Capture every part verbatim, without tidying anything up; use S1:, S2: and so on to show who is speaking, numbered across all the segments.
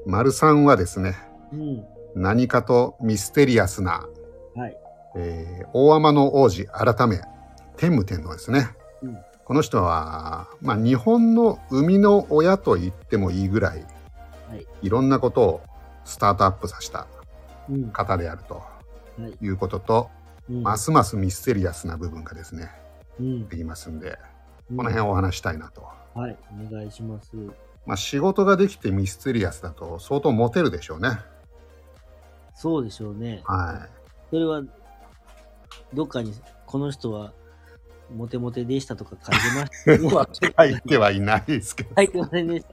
S1: 丸さんはですね、
S2: うん、
S1: 何かとミステリアスな、
S2: はい。
S1: えー大天の王子改め天武天皇ですね。
S2: うん、
S1: この人は、まあ、日本の生みの親と言ってもいいぐらい、
S2: はい。
S1: いろんなことをスタートアップさせた
S2: うん、
S1: 方であると
S2: はい。
S1: いうことと、
S2: うん、
S1: ますますミステリアスな部分がですね、
S2: うん、
S1: できますんで、
S2: うん
S1: この辺をお話したいなと。
S2: はい。お願いします。
S1: まあ、仕事ができてミステリアスだと相当モテるでしょうね。
S2: そうでしょうね。
S1: は
S2: それは、どっかに、この人は、モテモテでしたとか書いてました
S1: い。入ってはいないですけど。
S2: 書いてませんでした。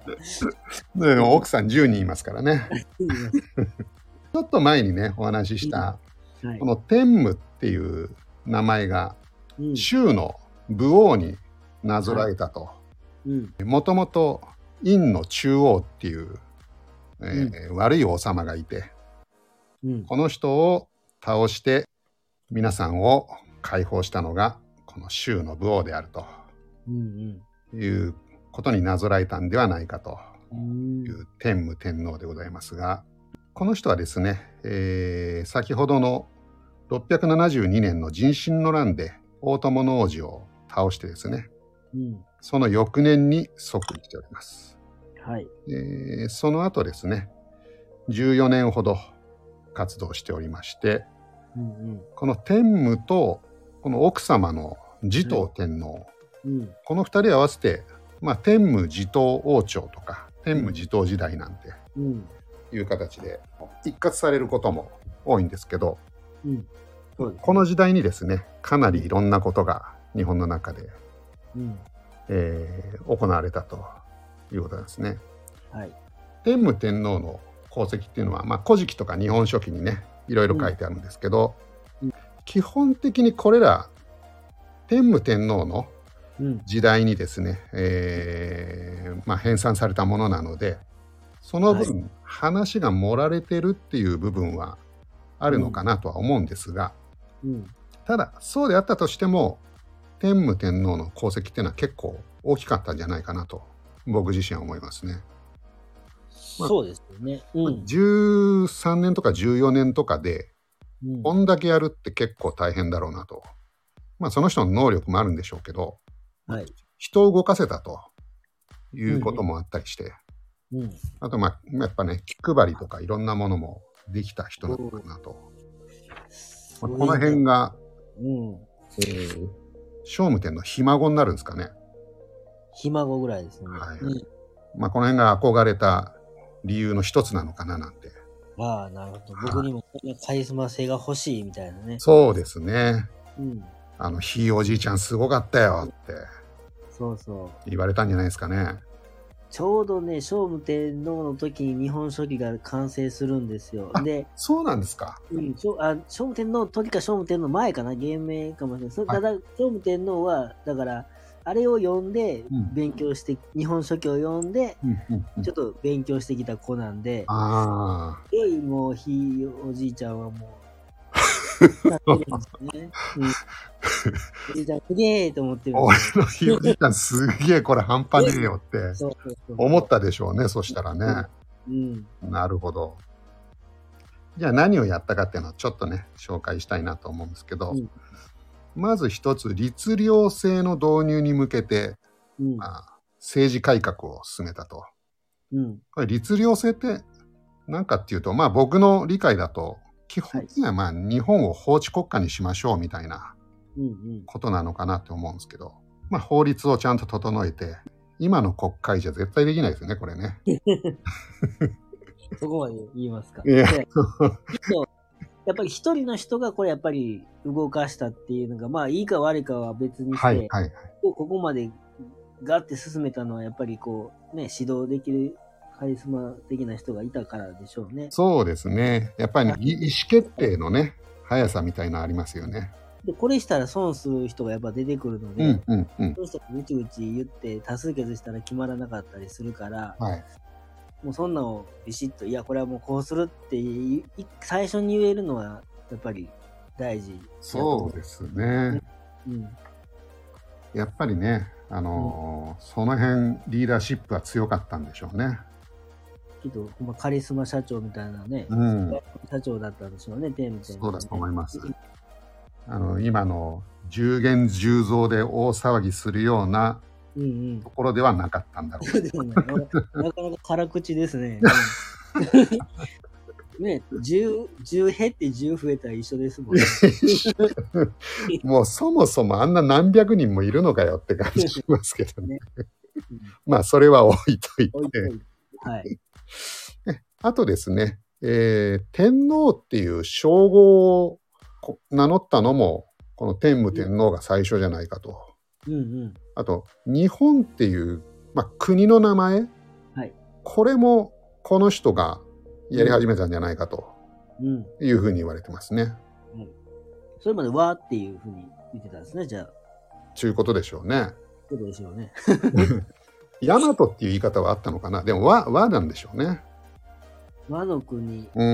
S1: でも奥さんじゅうにんいますからね。
S2: すいません
S1: ちょっと前にね、お話しした、
S2: はい
S1: こ。の天武っていう名前が、
S2: うん、
S1: 周の武王になぞらえたと。
S2: うん、
S1: もともと陰の中央っていう、えー悪い王様がいて、
S2: うん、
S1: この人を倒して皆さんを解放したのがこの周の武王であると
S2: うん、
S1: いうことになぞらえたんではないかと
S2: うん
S1: い。う天武天皇でございますが、この人はですね、えー先ほどのろっぴゃくななじゅうにねんの壬申の乱で大友の王子を倒してですね、
S2: うん。
S1: その翌年に即位しております。
S2: はい。
S1: えーその後ですね、じゅうよねんほど活動しておりまして、
S2: うん、
S1: この天武とこの奥様の持統天皇、
S2: うん、うん。
S1: このふたり合わせて、まあ、天武持統王朝とか天武持統時代なんて
S2: うん、
S1: いう形で一括されることも多いんですけど、
S2: うん。そうですね
S1: この時代にですね、かなりいろんなことが日本の中で、
S2: うん。
S1: えー行われたということなんですね。
S2: はい。
S1: 天武天皇の功績っていうのは、まあ、古事記とか日本書紀にね、いろいろ書いてあるんですけど、
S2: うん
S1: 基本的にこれら天武天皇の
S2: うん。
S1: 時代にですね、えーまあ、編纂されたものなので、その分、
S2: は
S1: 話が盛られてるっていう部分はあるのかなとは思うんですが、
S2: うん。
S1: ただそうであったとしても天武天皇の功績っていうのは結構大きかったんじゃないかなと僕自身は思いますね。まあ
S2: そうですよね。うん。
S1: じゅうさんねんとかじゅうよねんとかで
S2: うん
S1: こんだけやるって結構大変だろうなと。まあその人の能力もあるんでしょうけど、
S2: はい。
S1: 人を動かせたということもあったりして、
S2: うん。
S1: あとまあやっぱね気配りとかいろんなものもできた人なのかなと。まあこの辺が、
S2: うん。
S1: えー、聖武天のひ孫になるんですかね。
S2: ひ孫ぐらいですね。
S1: はい
S2: うん。
S1: まあこの辺が憧れた理由の一つなのかななんて。
S2: ああ、なるほど。僕にもこんなカリスマ性が欲しいみたいなね。
S1: そうですね。
S2: うん。
S1: あのひいおじいちゃんすごかったよって
S2: そうそう。
S1: 言われたんじゃないですかね。
S2: ちょうどね、聖武天皇の時に日本書紀が完成するんですよ。で、
S1: そうなんですか。
S2: うん、しょあ聖武天皇の時か聖武天皇の前かな、芸名かもしれない。そ
S1: はい
S2: ただ、聖武天皇は、だから、あれを読んで
S1: うん
S2: 勉強して、日本書紀を読んで、
S1: うんうんうん
S2: ちょっと勉強してきた子なんで、
S1: あ
S2: すごいもう、ひいおじいちゃんはもう、なってるんですよね。うん。おじいちゃん、すげえと思ってる
S1: あ、
S2: ん
S1: 俺
S2: ですよ。
S1: のひいおじいちゃんすげえこれ半端ねえよって
S2: そうそうそう。
S1: 思ったでしょうね。そしたらね。
S2: うん。
S1: なるほど。じゃあ何をやったかっていうのをちょっとね紹介したいなと思うんですけど、
S2: うん
S1: まず一つ律令制の導入に向けて、
S2: うん。
S1: まあ、政治改革を進めたと。
S2: うん。
S1: これ律令制って何かっていうと、まあ僕の理解だと基本的にはまあ日本を法治国家にしましょうみたいな
S2: うんうん。
S1: ことなのかなって思うんですけど、まあ法律をちゃんと整えて、今の国会じゃ絶対できないですよね、これね。
S2: そこまで言いますか。
S1: いや
S2: でそうやっぱり一人の人がこれやっぱり動かしたっていうのが、まあいいか悪いかは別にして、
S1: はいはいはい。
S2: こここまでガッて進めたのはやっぱりこうね、指導できるカリスマ的な人がいたからでしょうね。
S1: そうですね。やっぱり、ね、い意思決定のね、速さみたいなのありますよね。
S2: で、これしたら損する人がやっぱ出てくるので、
S1: うんうんうん。
S2: そういう人がぐちぐち言って多数決したら決まらなかったりするから、
S1: はい。
S2: もうそんなのをビシッと、いや、これはもうこうするってい最初に言えるのはやっぱり大事。
S1: そうですね。
S2: うん。
S1: やっぱりね、あのーその辺リーダーシップは強かったんでしょうね。
S2: きっと、ほんまカリスマ社長みたいなね、
S1: うん、
S2: 社長だったんでしょうね、天武天皇、ね。
S1: そうだと思います。あの今の十元十増で大騒ぎするようなところではなかったんだろう。
S2: うんうん、なかなか辛口ですね。ね、十、十減って十増えたら一緒ですもんね。
S1: もうそもそもあんな何百人もいるのかよって感じしますけどね。ねうん、まあそれは置いといて。置いといてはい。あとですね、えー、天皇っていう称号を名乗ったのもこの天武天皇が最初じゃないかと。うんうん、あと日本っていう、まあ、国の名前、はい、これもこの人がやり始めたんじゃないかというふうに言われてますね。
S2: うんうん、それまで和っていうふうに言ってたんですね、じゃあ。
S1: ということでしょうね。
S2: そうでしょうね。
S1: 大和っていう言い方はあったのかな。でも和、和なんでしょうね。
S2: 和の国。
S1: うん。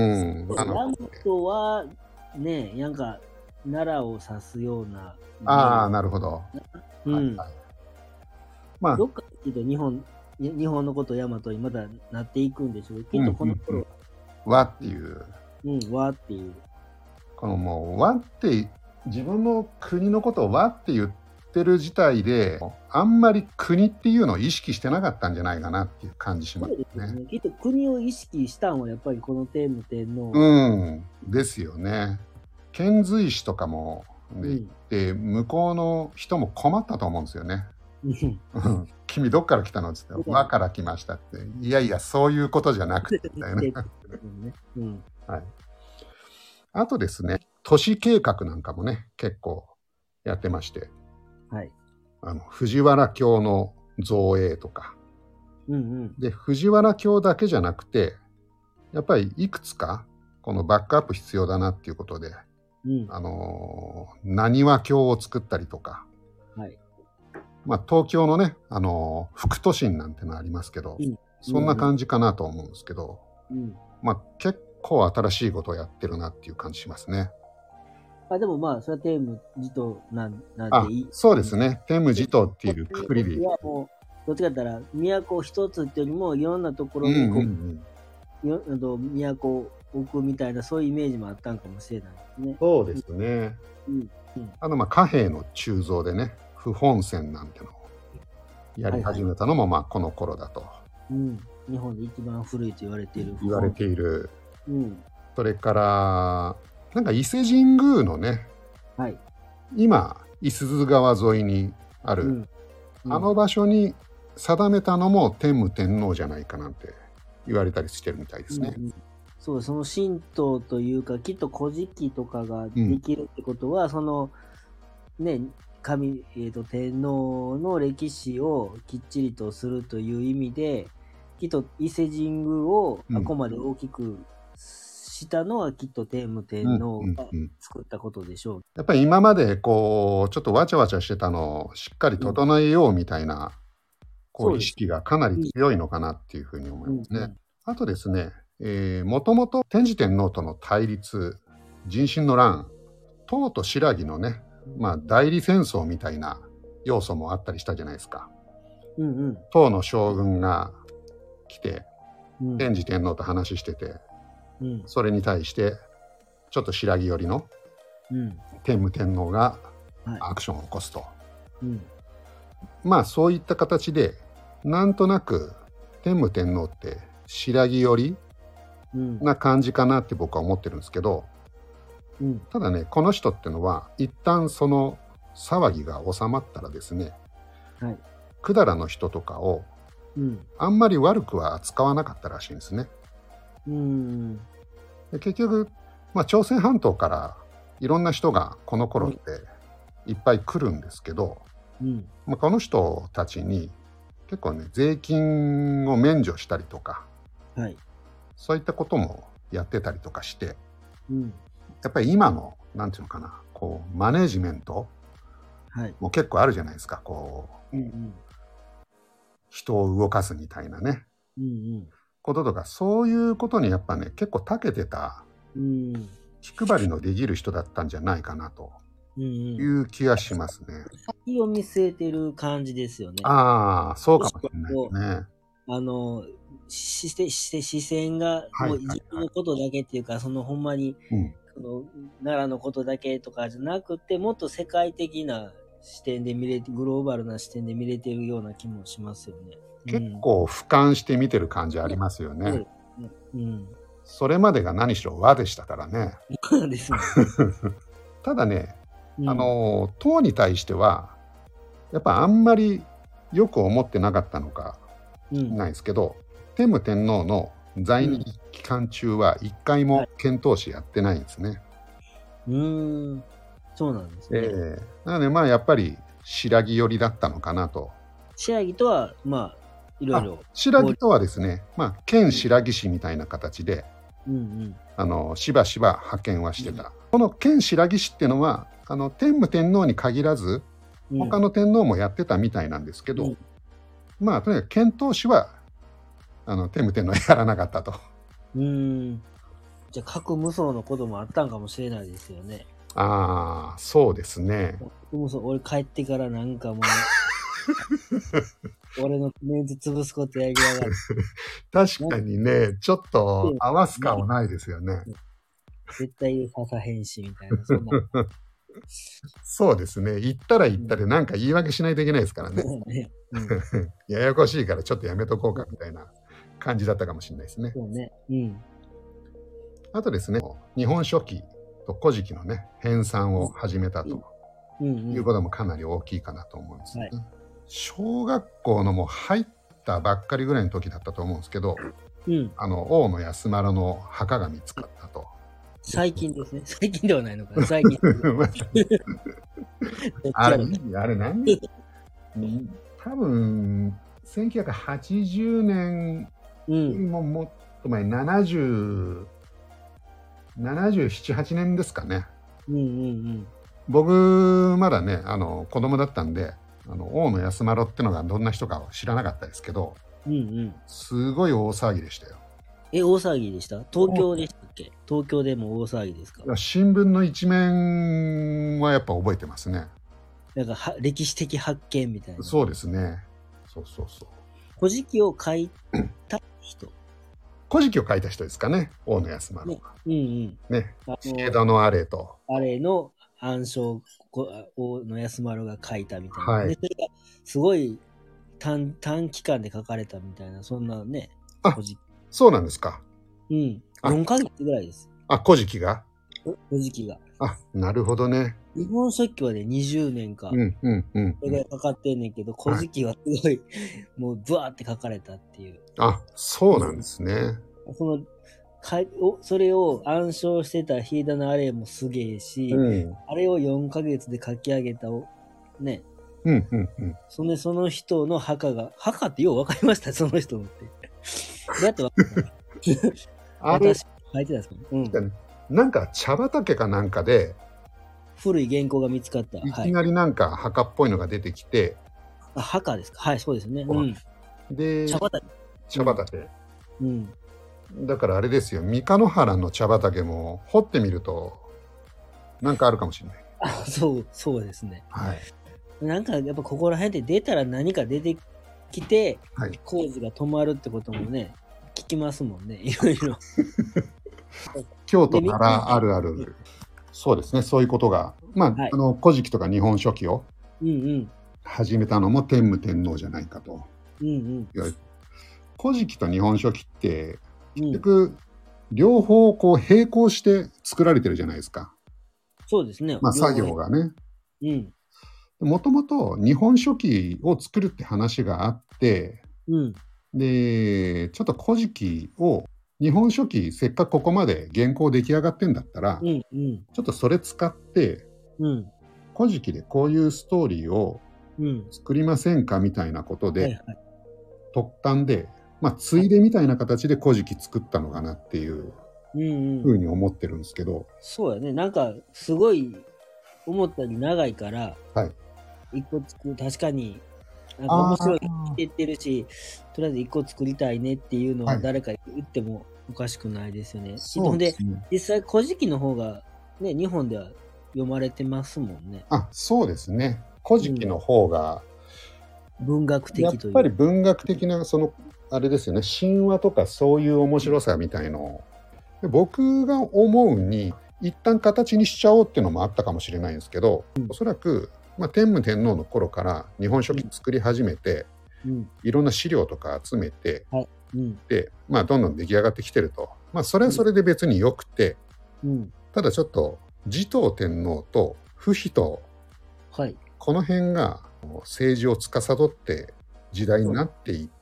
S2: 大和はね、なんか奈良を指すような。
S1: ああ、なるほど。
S2: うん。はいはい、まあ、どっかきっと日本、日本のことを大和にまだなっていくんでしょう。きっとこの頃は。
S1: 和っていう。
S2: うん、和っていう。
S1: このもう和って自分の国のことを和って言ってる自体であんまり国っていうのを意識してなかったんじゃないかなっていう感じしますね。
S2: そうですね。きっと国を意識したのはやっぱりこの天武天皇。
S1: うんですよね。遣隋使とかも、ね、うん、で向こうの人も困ったと思うんですよね。君どっから来たのっつって「和から来ました」って「いやいやそういうことじゃなくて」みたいな。うんはい、あとですね都市計画なんかもね結構やってまして、はい、あの藤原京の造営とか、うんうん、で藤原京だけじゃなくてやっぱりいくつかこのバックアップ必要だなっていうことで、うん、あの浪速京を作ったりとか、はいまあ、東京のね、あの副都心なんてのありますけど、うん、そんな感じかなと思うんですけど、うんまあ、結構新しいことをやってるなっていう感じしますね。
S2: あでもまあそれは天武持統なんなんでいい。
S1: そうですね、天武持統っていうくくりでいい。
S2: もうどっちかって言ったら都一つっていうよりもいろんなところにこう、うんうん、よ都を置くみたいなそういうイメージもあったんかもしれないですね。
S1: そうですね。うんうん、あのまあ貨幣の鋳造でね不本線なんてのをやり始めたのもまあこの頃だと、はいはい
S2: うん、日本で一番古いと言われている
S1: 言われている、うん、それからなんか伊勢神宮のね、はい、今五十鈴川沿いにある、うんうん、あの場所に定めたのも天武天皇じゃないかなんて言われたりしてるみたいですね。うんうん、
S2: そうその神道というかきっと古事記とかができるってことは、うん、そのね神、えーと、天皇の歴史をきっちりとするという意味できっと伊勢神宮をあこまで大きくしたのは、うん、きっと天武天皇が作ったことでしょう、うんうんうん、
S1: やっぱり今までこうちょっとわちゃわちゃしてたのをしっかり整えようみたいな、うん、こう意識がかなり強いのかなっていうふうに思いますね、うんうん、あとですね、えー、もともと天智天皇との対立壬申の乱唐と新羅のねまあ代理戦争みたいな要素もあったりしたじゃないですか。うんうん、唐の将軍が来て、うん、天智天皇と話してて、うん、それに対してちょっと新羅寄りの、うん、天武天皇がアクションを起こすと、はいうん、まあそういった形でなんとなく天武天皇って新羅寄りな感じかなって僕は思ってるんですけど、うん、ただねこの人ってのは一旦その騒ぎが収まったらですね、はい、百済の人とかを、うん、あんまり悪くは扱わなかったらしいんですね。うんで結局、まあ、朝鮮半島からいろんな人がこの頃っていっぱい来るんですけど、うんまあ、この人たちに結構ね税金を免除したりとか、はい、そういったこともやってたりとかして、うんやっぱり今のなんていうのかなこうマネジメント、はい、もう結構あるじゃないですかこう、うんうん、人を動かすみたいなね、うんうん、こととかそういうことにやっぱね結構長けてた、うん、気配りのできる人だったんじゃないかなという気がしますね。
S2: 先を見据えてる感じですよね。
S1: ああそうかもしれないですね。
S2: あの、ししてして視線がもう自分のことだけっていうか、そのほんまに、
S1: うん、
S2: その奈良のことだけとかじゃなくて、もっと世界的な視点で見れて、グローバルな視点で見れてるような気もしますよね。
S1: 結構俯瞰して見てる感じありますよね。
S2: うん。
S1: それまでが何しろ和でしたからね。
S2: ですね。
S1: ただね、あの、唐に対しては、やっぱあんまりよく思ってなかったのかないですけど、天武天皇の在任期間中は一回も遣唐使やってないんですね。
S2: うーん、そうなんですね。
S1: えー、なのでまあやっぱり白木寄りだったのかなと。
S2: 白木とはまあいろいろ。
S1: 白木とはですね、まあ県白木市みたいな形で、うんうん、あのしばしば派遣はしてた。うん、この県白木市っていうのはあの天武天皇に限らず他の天皇もやってたみたいなんですけど、うん、まあとにかく遣唐使はあの天武天皇やらなかったと。
S2: うーん。じゃあ核無双のこともあったんかもしれないですよね。
S1: ああ、そうですね。
S2: 無双、俺帰ってからなんかもう俺のメンツ潰すことやりやがる。
S1: 確かにね、ちょっと合わす顔ないですよね。
S2: 絶対刺さへんしみたいな、そんな。
S1: そうですね。言ったら言ったでなんか言い訳しないといけないですからね。うん、ややこしいからちょっとやめとこうかみたいな感じだったかもしれないですね。
S2: そうね。うん。
S1: あとですね、日本書紀と古事記のね、編纂を始めたということもかなり大きいかなと思うんですね。はい、小学校のもう入ったばっかりぐらいの時だったと思うんですけど、うん、あの大野安丸の墓が見つかったと。
S2: 最近ですね。最近ではないのかな。最近。
S1: あれ、あれ何年多分、せんきゅうひゃくはちじゅうねんももっと前、ななじゅう、ななじゅうなな、はちねんですかね。うんうんうん、僕、まだね、あの、子供だったんで、あの大野安丸ってのがどんな人か知らなかったですけど、うんうん、すごい大騒ぎでしたよ。
S2: え、大騒ぎでした？東京でしたっけ？東京でも大騒ぎですか？
S1: 新聞の一面はやっぱ覚えてますね。
S2: なんかは歴史的発見みたいな。
S1: そうですね。そうそうそう。
S2: 古事記を書いた人。
S1: 古事記を書いた人ですかね、大野安丸は。ね、うんうん。ね、江戸のあれと。
S2: あれの暗唱大野安丸が書いたみたいな。はい、でそれがすごい 短, 短期間で書かれたみたいな、そんなね、
S1: 古事記。そうなんですか。
S2: うん。よんかげつぐらいです。
S1: あ、古事記が
S2: 古事記が。
S1: あ、なるほどね。
S2: 日本書紀はね、にじゅうねんか。うんうんうん。それぐらいかかってんねんけど、古事記はすごい、はい、もうブワーって書かれたっていう。
S1: あ、そうなんですね。
S2: その、かおそれを暗唱してたヒーダのあれもすげえし、うん、あれをよんかげつで書き上げたね。
S1: うんうんうん。
S2: そのその人の墓が、墓ってよう分かりました、その人のって。どうやって分かった
S1: あれ、
S2: 私書いてたんですか、
S1: うん、なんか茶畑かなんかで、
S2: 古い原稿が見つかった。
S1: いきなりなんか墓っぽいのが出てきて。
S2: あ、墓ですか。はい、そうですね。うん。
S1: で、
S2: 茶畑。
S1: 茶畑。うん。だからあれですよ、三日野原の茶畑も掘ってみると、なんかあるかもしれない。
S2: あ、そう、そうですね。はい。なんかやっぱここら辺で出たら何か出てきて、はい、工事が止まるってこともね、聞きますもんね、いろいろ。
S1: 京都ならあるある。そうですね、そういうことが。まあ、はい、あの、古事記とか日本書紀を始めたのも天武天皇じゃないかと。うんうん、古事記と日本書紀って、結局、両方こう並行して作られてるじゃないですか。
S2: そうですね。
S1: まあ、作業がね。うん。もともと日本書紀を作るって話があって、うん、で、ちょっと古事記を、日本書紀せっかくここまで原稿出来上がってんだったら、うんうん、ちょっとそれ使って、うん、古事記でこういうストーリーを作りませんかみたいなことで、はいはい、突端で、まあ、ついでみたいな形で古事記作ったのかなっていうふうに思ってるんですけど、うんうん、
S2: そうやね。なんかすごい思ったより長いから、はい、一個作る、確かになんか面白いって言ってるし、とりあえず一個作りたいねっていうのは誰か言ってもおかしくないですよね。はい、で、ね、実際古事記の方がね、日本では読まれてますもんね。
S1: あ、そうですね。古事記の方が、
S2: 文学的という。
S1: やっぱり文学的なそのあれですよね、神話とかそういう面白さみたいのを、僕が思うに一旦形にしちゃおうっていうのもあったかもしれないんですけど、うん、おそらく、まあ、天武天皇の頃から日本書紀作り始めて、うん、いろんな資料とか集めて、はい、うん、で、まあ、どんどん出来上がってきてると、まあ、それはそれで別によくて、うん、ただちょっと持統天皇と不比と、はい、この辺が政治を司って時代になっていって、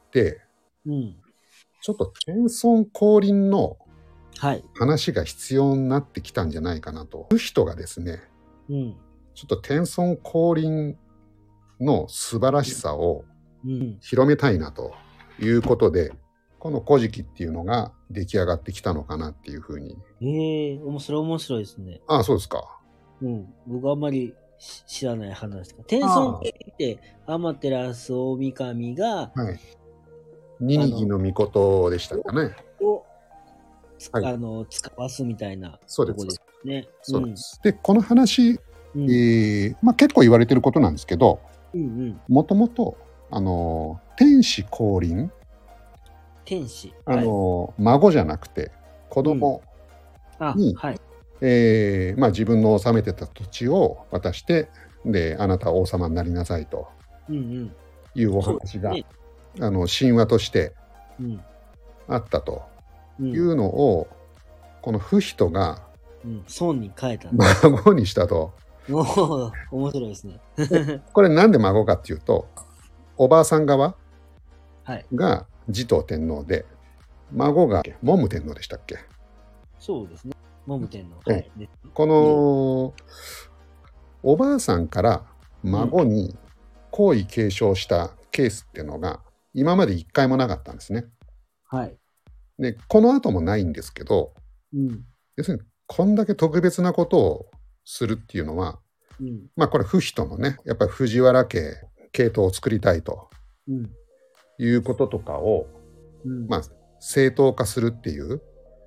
S1: うん、ちょっと天孫降臨の話が必要になってきたんじゃないかなと。不比がですね、うん、ちょっと天孫降臨の素晴らしさを広めたいなということで、この古事記っていうのが出来上がってきたのかなっていうふうに。
S2: ええー、面白い面白いですね。
S1: ああ、そうですか。
S2: うん、僕あんまり知らない話ですか。天孫降臨って天照大神が、はい、
S1: ニギの御事でしたかね。
S2: を、はい、あの使わすみたいなとこですね。
S1: そうです。で、この話、うん、えーまあ、結構言われてることなんですけど、もともとあの天子降臨、
S2: 天子、
S1: あの、はい、孫じゃなくて子供に、うん、はい、えーまあ、自分の治めてた土地を渡して、であなたは王様になりなさいというお話が、うんうん、あの神話としてあったというのを、うん、この不比が、
S2: うん、孫に変えた
S1: 孫にしたと。
S2: お面白いですね
S1: これなんで孫かっていうと、おばあさん側が持統天皇で、孫が文武天皇でしたっけ。
S2: そうですね、文武天皇、はい、
S1: この、おばあさんから孫に皇位継承したケースっていうのが今まで一回もなかったんですね。
S2: はい。
S1: で、この後もないんですけど、うん、要するにこんだけ特別なことをするっていうのは、うん、まあこれ不比のね、やっぱり藤原家系統を作りたいと、うん、いうこととかを、うん、まあ正当化するっていう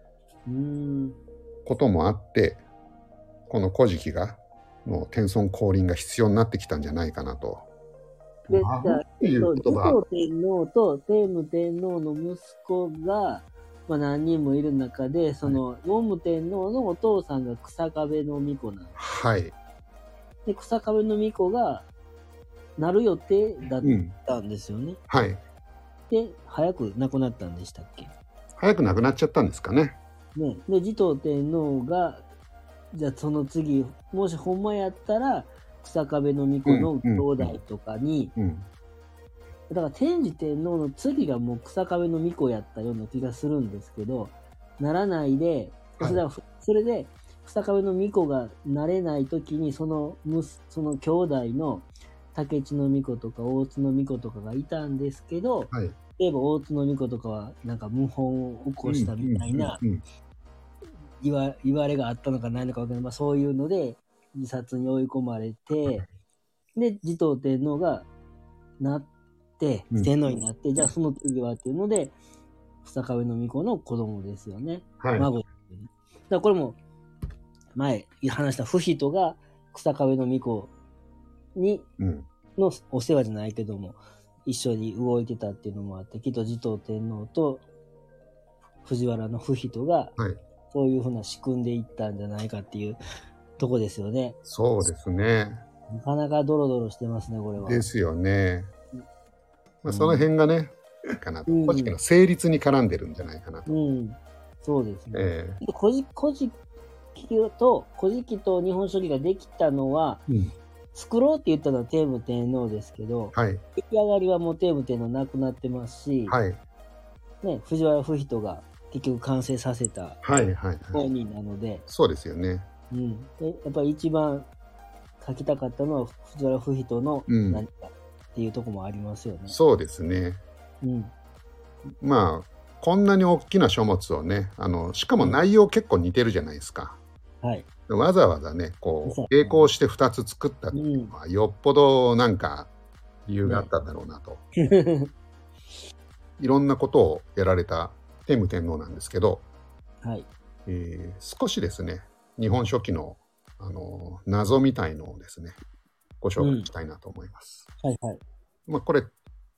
S1: こともあって、この古事記がの天孫降臨が必要になってきたんじゃないかなと。
S2: で、じゃあ、持統天皇と天武天皇の息子が、まあ、何人もいる中で、その、文武天皇のお父さんが草壁の巫女なんです。
S1: はい。
S2: で、草壁の巫女が、なる予定だったんですよね。うん、
S1: はい。
S2: で、早く亡くなったんでしたっけ。
S1: 早く亡くなっちゃったんですかね。
S2: ね。で、持統天皇が、じゃあその次、もしほんまやったら、草壁の巫女の兄弟とかに、うんうんうん、だから天智天皇の次がもう草壁の巫女やったような気がするんですけど、ならないで、はい、それで草壁の巫女がなれない時に、そのその兄弟の竹地の巫女とか大津の巫女とかがいたんですけど、はい、例えば大津の巫女とかはなんか謀反を起こしたみたいな言わ、言われがあったのかないのか分からない、まあ、そういうので自殺に追い込まれて、で持統天皇がなって天皇になって、うん、じゃあその次はっていうので草壁の巫女の子供ですよね、はい、孫ですよね。だからこれも前話した不比が草壁の巫女に、うん、のお世話じゃないけども一緒に動いてたっていうのもあって、きっと持統天皇と藤原の不比が、はい、そういうふうな仕組んでいったんじゃないかっていうとこですよね。
S1: そうですね。
S2: なかなかドロドロしてますね、これは。
S1: ですよね。まあ、その辺がね、うん、かなと。古事記の成立に絡んでるんじゃないかなと。
S2: うん、そうですね。えー、古事記と、古事記と日本書紀ができたのは、うん、作ろうって言ったのは天武天皇ですけど、はい、出来上がりはもう天武天皇なくなってますし、はいね、藤原不比が結局完成させた本人なので、はいはいはい、
S1: そうですよね。
S2: うん、でやっぱり一番書きたかったのは藤原不比の何かっていうところもありますよね。
S1: うん、そうですね。うん、まあこんなに大きな書物をね、あのしかも内容結構似てるじゃないですか。うん、はい。わざわざねこう並行してふたつ作ったっていうのは、よっぽどなんか理由があったんだろうなと。ね、いろんなことをやられた天武天皇なんですけど、はいえー、少しですね日本書紀の、あの謎みたいのをですねご紹介したいなと思います。
S2: うん、はいはい。
S1: まあ、これ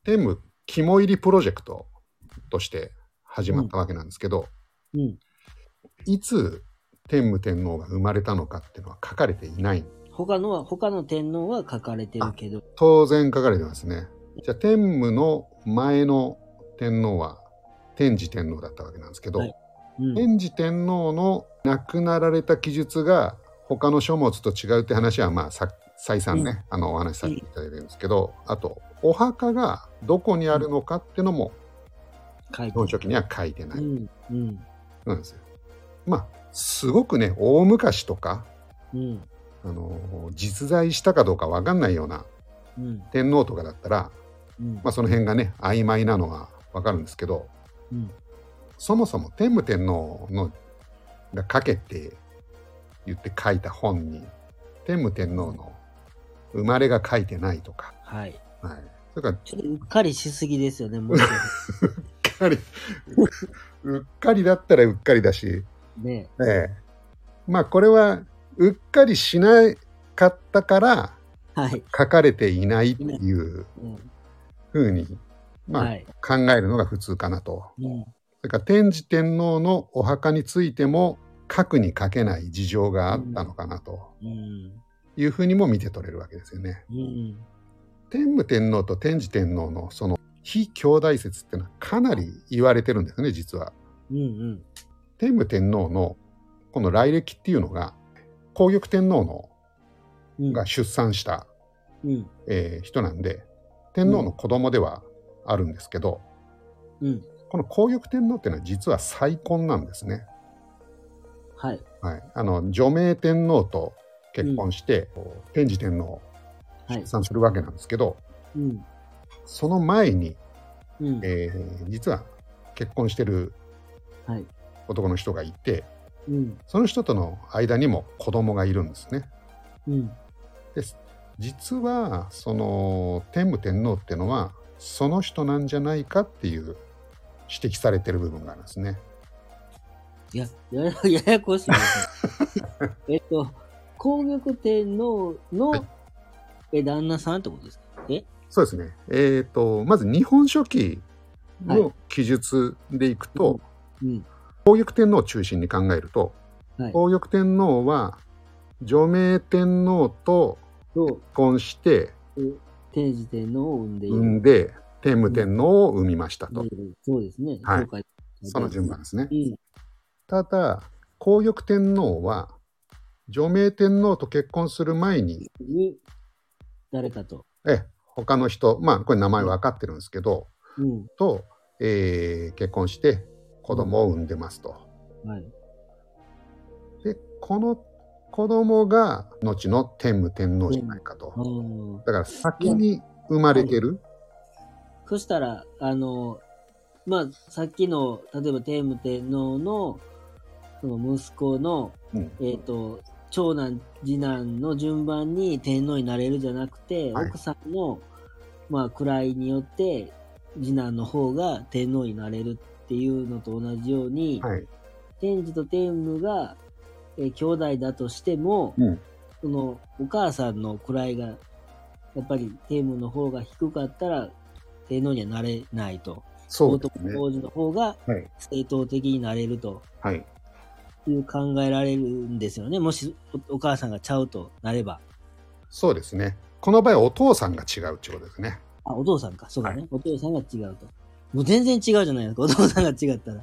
S1: 天武肝入りプロジェクトとして始まったわけなんですけど、
S2: うん、
S1: いつ天武天皇が生まれたのかっていうのは書かれていない。
S2: 他のは他の天皇は書かれてるけど、
S1: 当然書かれてますね。じゃあ天武の前の天皇は天智天皇だったわけなんですけど、はい、うん、天智天皇の亡くなられた記述が他の書物と違うって話はまあさ再三ね、うん、あのお話しさせていただいてるんですけど、うん、あとお墓がどこにあるのかっていうのも日本書紀には書いてない、うんうん、なんですよ。まあすごくね大昔とか、うん、あの実在したかどうか分かんないような天皇とかだったら、うん、まあ、その辺がね曖昧なのが分かるんですけど、うん、そもそも天武天皇のが書けって言って書いた本に天武天皇の生まれが書いてないとか、
S2: はい
S1: はい、それから
S2: ちょっとうっかりしすぎですよね。もううっ
S1: かりうっかりだったらうっかりだし、
S2: ね
S1: ええ、まあこれはうっかりしなかったから書かれていないっていうふうに、まあ、はい、考えるのが普通かなと。うん、それから天智天皇のお墓についても書くに書けない事情があったのかなというふうにも見て取れるわけですよね。うんうん、天武天皇と天智天皇のその非兄弟説っていうのはかなり言われてるんですね、実は。うんうん、天武天皇のこの来歴っていうのが皇玉天皇の、うん、が出産した、うんえー、人なんで天皇の子供ではあるんですけど、うん、この皇玉天皇っていうのは実は再婚なんですね。
S2: はい、
S1: はい、あの除名天皇と結婚して、うん、天智天皇を出産するわけなんですけど、はいうん、その前に、うんえー、実は結婚してる男の人がいて、うん、その人との間にも子供がいるんですね。うん、で実はその天武天皇っていうのはその人なんじゃないかっていう指摘されてる部分があるんですね。
S2: いや、やや、ややこしいですね。えっと、皇玉天皇の、はい、え旦那さんってことですか？え
S1: そうですね。えっと、まず日本書紀の記述でいくと、はいうんうん、皇玉天皇を中心に考えると、はい、皇玉天皇は除名天皇と結婚して、
S2: 天智天皇を産んでいる。
S1: 産んで、天武天皇を産みましたと。うん、
S2: そうですね。
S1: はい、その順番ですね。うんただ皇玉天皇は除名天皇と結婚する前に
S2: 誰かと
S1: え他の人まあこれ名前分かってるんですけど、うん、と、えー、結婚して子供を産んでますと、うんはい、でこの子供が後の天武天皇じゃないかと、うん、だから先に生まれてる、
S2: そしたらあのまあさっきの例えば天武天皇のその息子の、うん、えっと、長男、次男の順番に天皇になれるじゃなくて、はい、奥さんの、まあ、位によって、次男の方が天皇になれるっていうのと同じように、はい、天智と天武が、えー、兄弟だとしても、うん、そのお母さんの位が、やっぱり天武の方が低かったら、天皇にはなれないと。
S1: そうですね。
S2: 皇子の方が正統的になれると。はいいう考えられるんですよね。もし お, お母さんがちゃうとなれば。
S1: そうですね。この場合お父さんが違うってことですね。
S2: あ、お父さんか。そうだね、はい。お父さんが違うと。もう全然違うじゃないですか。お父さんが違ったら。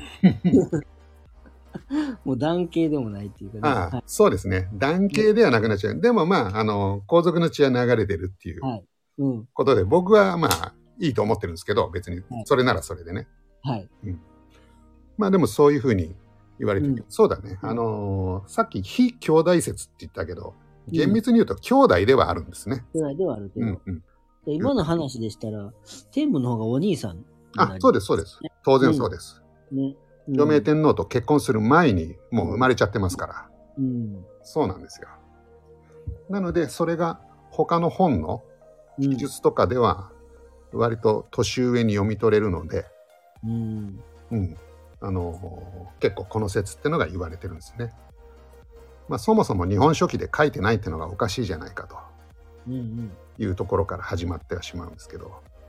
S2: もう男系でもないっていうか、ね。
S1: ああ、はい、そうですね。男系ではなくなっちゃう。でもまあ、あの、皇族の血は流れてるっていうことで、はいうん、僕はまあ、いいと思ってるんですけど、別にそれならそれでね。はい。うん、まあでもそういうふうに言われてる、うん、そうだね、あのー、さっき非兄弟説って言ったけど厳密に言うと兄弟ではあるんですね、
S2: うん、兄弟ではあるけど、うんうん、で今の話でしたら天武の方がお兄さん、ね、
S1: あそうですそうです当然そうです、うんねうん、除名天皇と結婚する前にもう生まれちゃってますから、うん、そうなんですよ。なのでそれが他の本の記述とかでは割と年上に読み取れるので、うんうんあの結構この説ってのが言われてるんですね。まあ、そもそも日本書紀で書いてないっていうのがおかしいじゃないかというところから始まってはしまうんですけど、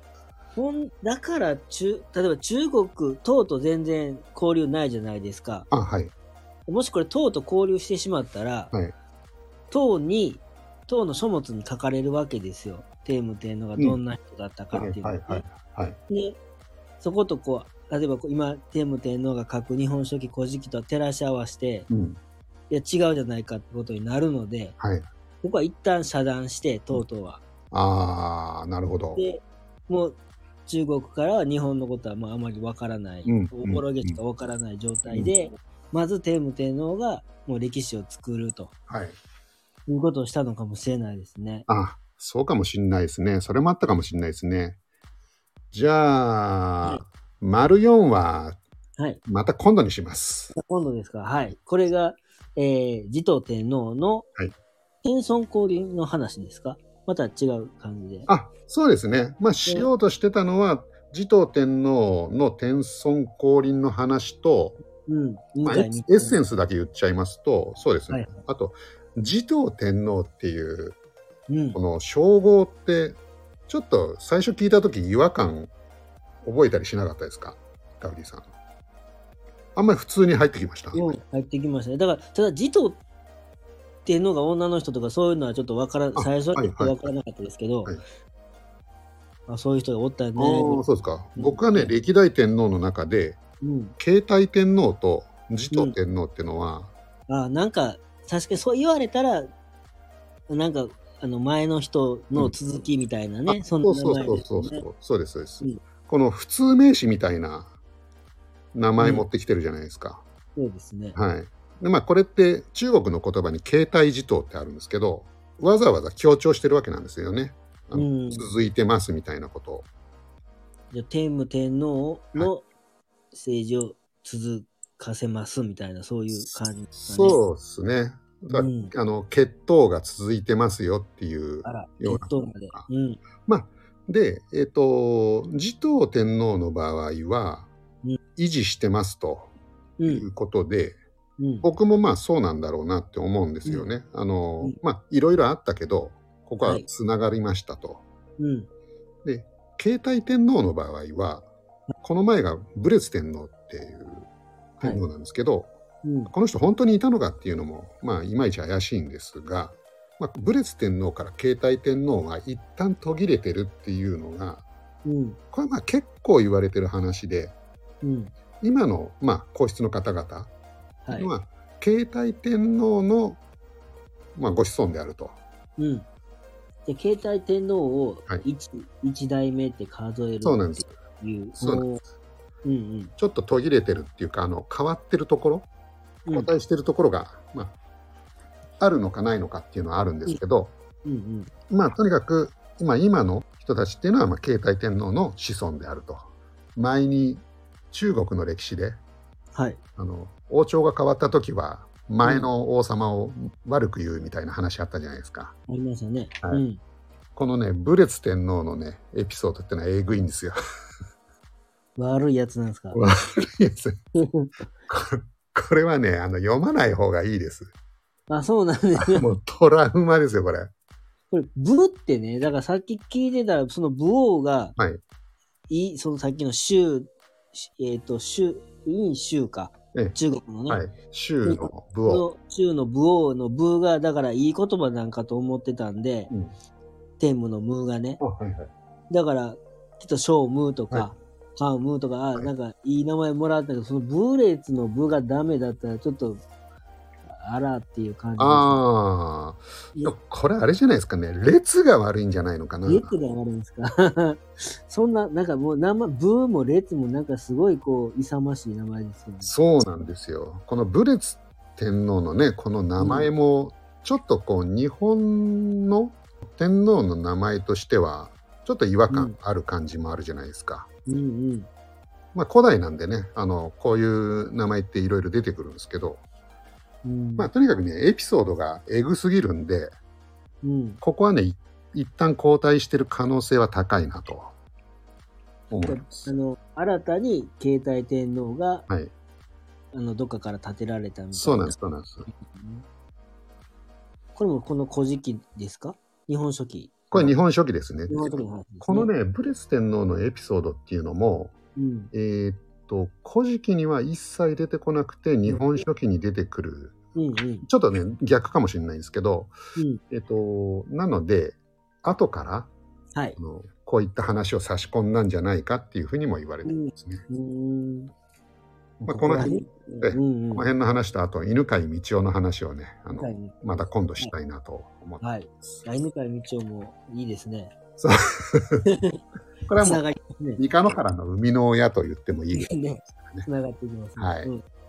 S2: ほんだから中、例えば中国、唐と全然交流ないじゃないですか。
S1: あ、はい。
S2: もしこれ唐と交流してしまったら、
S1: はい。
S2: 唐に、唐の書物に書かれるわけですよ。天武天皇がどんな人だったかっていうのね、
S1: はいはいはいはい。
S2: で、そことこう、例えばこう今、天武天皇が書く日本書紀古事記と照らし合わせて、
S1: うん。
S2: いや違うじゃないかってことになるので、
S1: はい。
S2: ここは一旦遮断して、とうとうは。
S1: ああ、なるほど。
S2: で、もう中国からは日本のことはまああまりわからない、
S1: うん
S2: お
S1: うん
S2: ぼろげしかわからない状態で、まず天武天皇がもう歴史を作ると
S1: はい。
S2: いうことをしたのかもしれないですね。
S1: あ、そうかもしんないですね。それもあったかもしんないですね。じゃ
S2: はい。
S1: あ、丸よんは
S2: はい。
S1: また今度にします。
S2: 今度ですか。はい。これが、えー、持統天皇の
S1: はい。
S2: 天孫降臨の話ですか？また違う感じで。
S1: あ、そうですね。まあ、し
S2: で
S1: ようとしてたのは、持統天皇の天孫降臨の話と、
S2: うん。
S1: まあ、
S2: 向井
S1: エッセンスだけ言っちゃいますと、そうですね。
S2: はい。
S1: あと、持統天皇っていう、
S2: うん。
S1: この称号って、ちょっと最初聞いたとき違和感覚えたりしなかったですか？ダウディさん。あんまり普通に入ってきました。
S2: うん。入ってきましたね。だから、ただ持統っていうのが女の人とかそういうのはちょっとわから、
S1: あ、
S2: 最初は
S1: はいはい
S2: わからなかったですけど、
S1: はい。
S2: あ、そういう人がおったよ
S1: あ
S2: ね、ぐら
S1: あ、そうですか。
S2: い。
S1: 僕はね、歴代天皇の中で、
S2: うん。
S1: 携帯天皇と持統
S2: うん。
S1: 天皇っていうのは、
S2: あ、なんか、確かにそう言われたら、なんか、あの、前の人の
S1: うん。
S2: 続きみたいな
S1: あ、
S2: ね、そん
S1: そう
S2: な名前
S1: そうそう
S2: ですよね。
S1: そうそう。そうです、そうです。
S2: うん。
S1: この普通名詞みたいな名前持
S2: うん。
S1: ってきてるじゃないですか。
S2: そうですね。
S1: はい。で、まあ、これって中国の言葉に携帯持統ってあるんですけど、わざわざ強調してるわけなんですよね。あの
S2: うん。
S1: 続いてますみたいなことを。
S2: じゃあ天武天皇
S1: はい。
S2: の政治を続かせますみたいな、そういう感じですかね。
S1: そうですね。だ
S2: うん。
S1: あの血統が続いてますよっていう
S2: あら、
S1: ようなこ
S2: 血統まで。
S1: ととか。
S2: うん。
S1: まあ、で、えっ、と、持統天皇の場合は、
S2: うん。
S1: 維持してますと
S2: うん。
S1: いうことで、
S2: うん。
S1: 僕もまあそうなんだろうなって思うんで
S2: うん。
S1: すよね。あの、
S2: うん。
S1: まあ、いろいろあったけど、ここは
S2: はい。
S1: つながりましたと。
S2: うん。
S1: で、携帯天皇の場合は、この前が武烈天皇っていう
S2: はい。
S1: 天皇なんですけど、
S2: うん。
S1: この人本当にいたのかっていうのも、まあ、いまいち怪しいんですが、まあ、武烈天皇から携帯天皇が一旦途切れてるっていうのが、
S2: うん。
S1: これはまあ結構言われてる話で、
S2: うん。
S1: 今のまあ皇室の方々って
S2: はい。
S1: いうのは、携帯天皇のまあご子孫であると。
S2: うん。で、携帯天皇を
S1: はい。
S2: 一、一代目って数える
S1: そうなんです。
S2: っていう。
S1: そうなん
S2: おー。うんうん。
S1: ちょっと途切れてるっていうか、あの変わってるところ、交
S2: うん。
S1: 代してるところが、まあ、あるのかないのかっていうのはあるんで
S2: うん
S1: すけど、
S2: うん
S1: まあとにかく今今の人たちっていうのは、まあ、携帯天皇の子孫であると。前に中国の歴史で、
S2: はい。
S1: あの王朝が変わった時は前
S2: うん。
S1: の王様を悪く言うみたいな話あったじゃないですか。
S2: ありましたね。
S1: はい。
S2: うん。
S1: このね、武烈天皇のね、エピソードってのはえぐいんですよ。
S2: 悪いやつなんですか。
S1: 悪いやつ。これこれはね、あの読まない方がいいです。
S2: あ、そうなんですね。
S1: もうトラウマですよ、これ。
S2: これ、武ってね、だからさっき聞いてたら、その武王が、
S1: はい。
S2: いい、そのさっきの州、えっ、と、州、陰州か。
S1: ええ、
S2: 中国のね。
S1: はい。州の武王。
S2: の州の武王の武が、だからいい言葉なんかと思ってたんで、
S1: うん。
S2: 天武の武がね。
S1: あ、はいはい。
S2: だから、きっと小武と
S1: はい。
S2: か、漢武とか、あ、
S1: はい。
S2: なんかいい名前もらったけど、その武列の武がダメだったら、ちょっと、あらっていう感じですね。
S1: ああ。
S2: いや、
S1: でもこれあれじゃないですかね。列が悪いんじゃないのかな。
S2: 列があるんですか？そんな、なんかもう名前、ブーも列もなんかすごいこう、勇ましい名前ですよね。
S1: そうなんですよ。この武烈天皇のね、この名
S2: うん。
S1: 前も、ちょっとこう、日本の天皇の名前としては、ちょっと違和
S2: うん。
S1: 感ある感じもあるじゃないですか。
S2: うんうん。
S1: まあ、古代なんでね、あの、こういう名前っていろいろ出てくるんですけど、まあ、
S2: うん。
S1: とにかくね、エピソードがエグすぎるんで、
S2: うん。
S1: ここはね、い一旦交代してる可能性は高いなと思
S2: じゃ
S1: います。
S2: あの、新たに携帯天皇が、
S1: はい。
S2: あの、どっかから建てられたみたいな。
S1: そうなんです、そうなんです。
S2: うん、これもこの古事記ですか？日本書紀。
S1: これ日本書紀ですね。
S2: 日本書紀の話ですね。
S1: このね、ブレス天皇のエピソードっていうのも、
S2: うん、
S1: えーっと、古事記には一切出てこなくて、日本書紀に出てくる。
S2: うんうん、
S1: ちょっとね、逆かもしれないんですけど、
S2: うん、
S1: えーっと、なので、後から、
S2: はい、
S1: あのこういった話を差し込んだんじゃないかっていうふうにも言われてるんですね。
S2: うん、
S1: まあ、この辺、え
S2: うんうん、
S1: この辺の話と、あと犬飼道夫の話をね、あのまた今度したいなと思ってます。
S2: はい。犬飼道夫もいいですね。
S1: そうこれはもう、三日野原の生みの親と言ってもいいぐらいですからね。
S2: つながっていきますね。
S1: はい。
S2: うん